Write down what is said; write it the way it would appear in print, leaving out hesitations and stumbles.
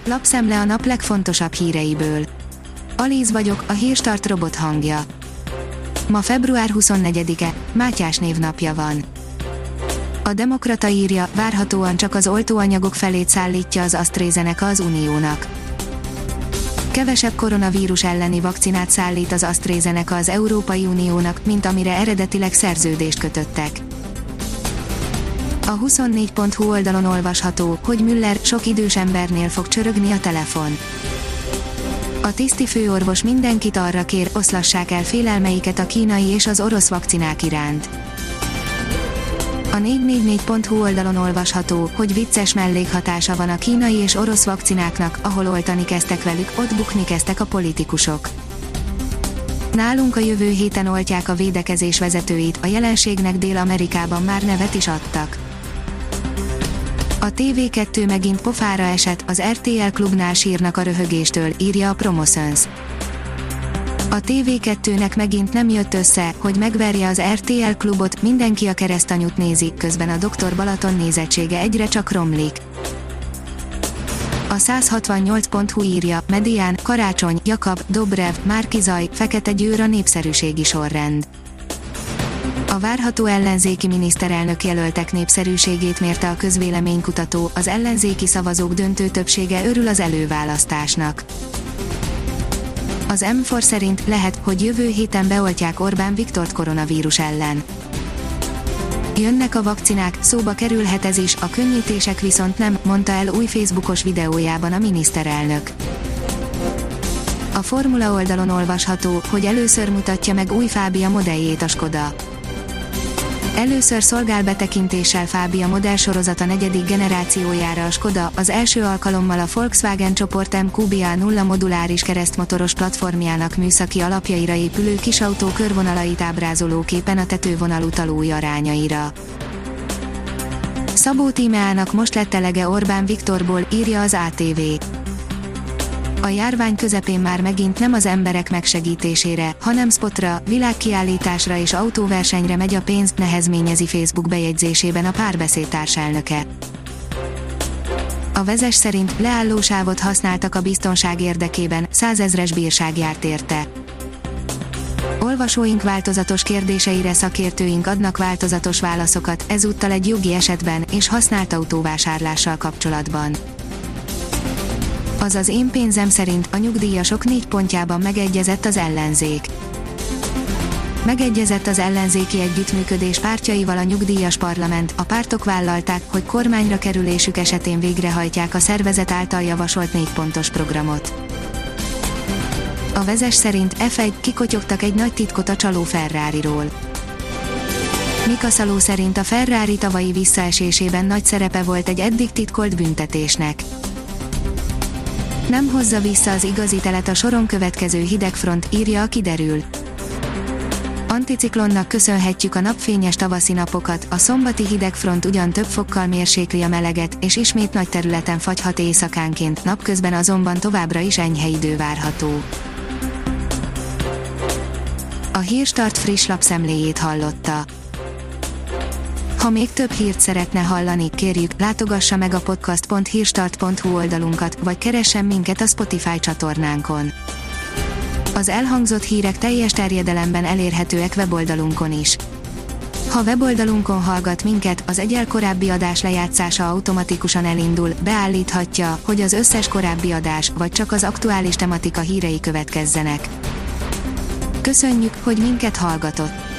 Lapszemle a nap legfontosabb híreiből. Alíz vagyok, a Hírstart robot hangja. Ma február 24-e, Mátyás névnapja van. A Demokrata írja, várhatóan csak az oltóanyagok felét szállítja az AstraZeneca az Uniónak. Kevesebb koronavírus elleni vakcinát szállít az AstraZeneca az Európai Uniónak, mint amire eredetileg szerződést kötöttek. A 24.hu oldalon olvasható, hogy Müller sok idős embernél fog csörögni a telefon. A tiszti főorvos mindenkit arra kér, oszlassák el félelmeiket a kínai és az orosz vakcinák iránt. A 444.hu oldalon olvasható, hogy vicces mellékhatása van a kínai és orosz vakcináknak, ahol oltani kezdtek velük, ott bukni kezdtek a politikusok. Nálunk a jövő héten oltják a védekezés vezetőit, a jelenségnek Dél-Amerikában már nevet is adtak. A TV2 megint pofára esett, az RTL klubnál sírnak a röhögéstől, írja a Promoszöns. A TV2-nek megint nem jött össze, hogy megverje az RTL klubot, mindenki a keresztanyút nézi, közben a Dr. Balaton nézettsége egyre csak romlik. A 168.hu írja, Medián, Karácsony, Jakab, Dobrev, Márki-Zaj, Fekete Győr a népszerűségi sorrend. A várható ellenzéki miniszterelnök jelöltek népszerűségét mérte a közvéleménykutató, az ellenzéki szavazók döntő többsége örül az előválasztásnak. Az M4 szerint lehet, hogy jövő héten beoltják Orbán Viktort koronavírus ellen. Jönnek a vakcinák, szóba kerülhet ez is, a könnyítések viszont nem, mondta el új Facebookos videójában a miniszterelnök. A Formula oldalon olvasható, hogy először mutatja meg új Fabia modelljét a Skoda. Először szolgál betekintéssel Fabia modellsorozata negyedik generációjára a Skoda, az első alkalommal a Volkswagen csoport MQB A0 moduláris keresztmotoros platformjának műszaki alapjaira épülő kisautó körvonalait ábrázoló képen a tetővonal utalói arányaira. Szabó Tímeának most lett elege Orbán Viktorból, írja az ATV. A járvány közepén már megint nem az emberek megsegítésére, hanem spotra, világkiállításra és autóversenyre megy a pénz, nehezményezi Facebook bejegyzésében a Párbeszéd társelnöke. A Vezes szerint leállósávot használtak a biztonság érdekében, 100 000-es bírság járt érte. Olvasóink változatos kérdéseire szakértőink adnak változatos válaszokat, ezúttal egy jogi esetben és használt autóvásárlással kapcsolatban. Az Én pénzem szerint a nyugdíjasok 4 pontjában megegyezett az ellenzék. Megegyezett az ellenzéki együttműködés pártjaival a nyugdíjas parlament, a pártok vállalták, hogy kormányra kerülésük esetén végrehajtják a szervezet által javasolt 4 pontos programot. A Vezes szerint F1 kikotyogtak egy nagy titkot a csaló Ferrariról. Mika Szaló szerint a Ferrari tavalyi visszaesésében nagy szerepe volt egy eddig titkolt büntetésnek. Nem hozza vissza az igazi telet a soron következő hidegfront, írja a Kiderül. Anticiklonnak köszönhetjük a napfényes tavaszi napokat, a szombati hidegfront ugyan több fokkal mérsékli a meleget, és ismét nagy területen fagyhat éjszakánként, napközben azonban továbbra is enyhe idő várható. A Hírstart friss lapszemléjét hallotta. Ha még több hírt szeretne hallani, kérjük, látogassa meg a podcast.hírstart.hu oldalunkat, vagy keressen minket a Spotify csatornánkon. Az elhangzott hírek teljes terjedelemben elérhetőek weboldalunkon is. Ha weboldalunkon hallgat minket, az egy korábbi adás lejátszása automatikusan elindul, beállíthatja, hogy az összes korábbi adás, vagy csak az aktuális tematika hírei következzenek. Köszönjük, hogy minket hallgatott!